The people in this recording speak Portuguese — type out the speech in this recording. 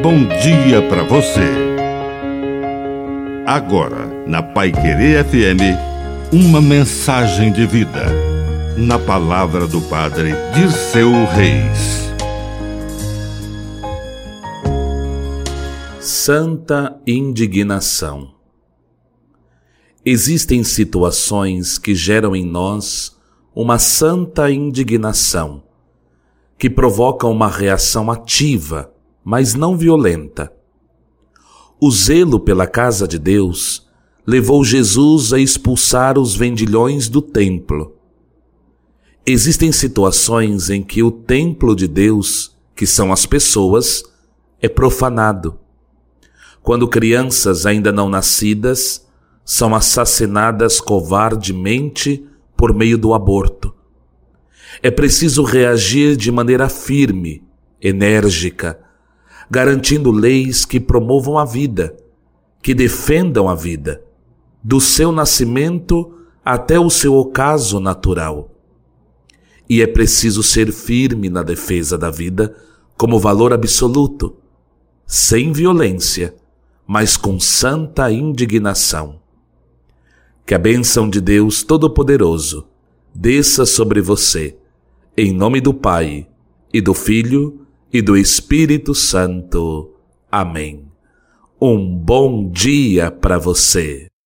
bom dia para você. Agora, na Paiquerê FM, uma mensagem de vida. Na palavra do Padre Dirceu Reis. Santa indignação. Existem situações que geram em nós uma santa indignação, que provocam uma reação ativa, mas não violenta. O zelo pela casa de Deus levou Jesus a expulsar os vendilhões do templo. Existem situações em que o templo de Deus, que são as pessoas, é profanado. Quando crianças ainda não nascidas são assassinadas covardemente por meio do aborto. É preciso reagir de maneira firme, enérgica, garantindo leis que promovam a vida, que defendam a vida, do seu nascimento até o seu ocaso natural. E é preciso ser firme na defesa da vida como valor absoluto, sem violência, mas com santa indignação. Que a bênção de Deus Todo-Poderoso desça sobre você, em nome do Pai, e do Filho, e do Espírito Santo. Amém. Um bom dia para você.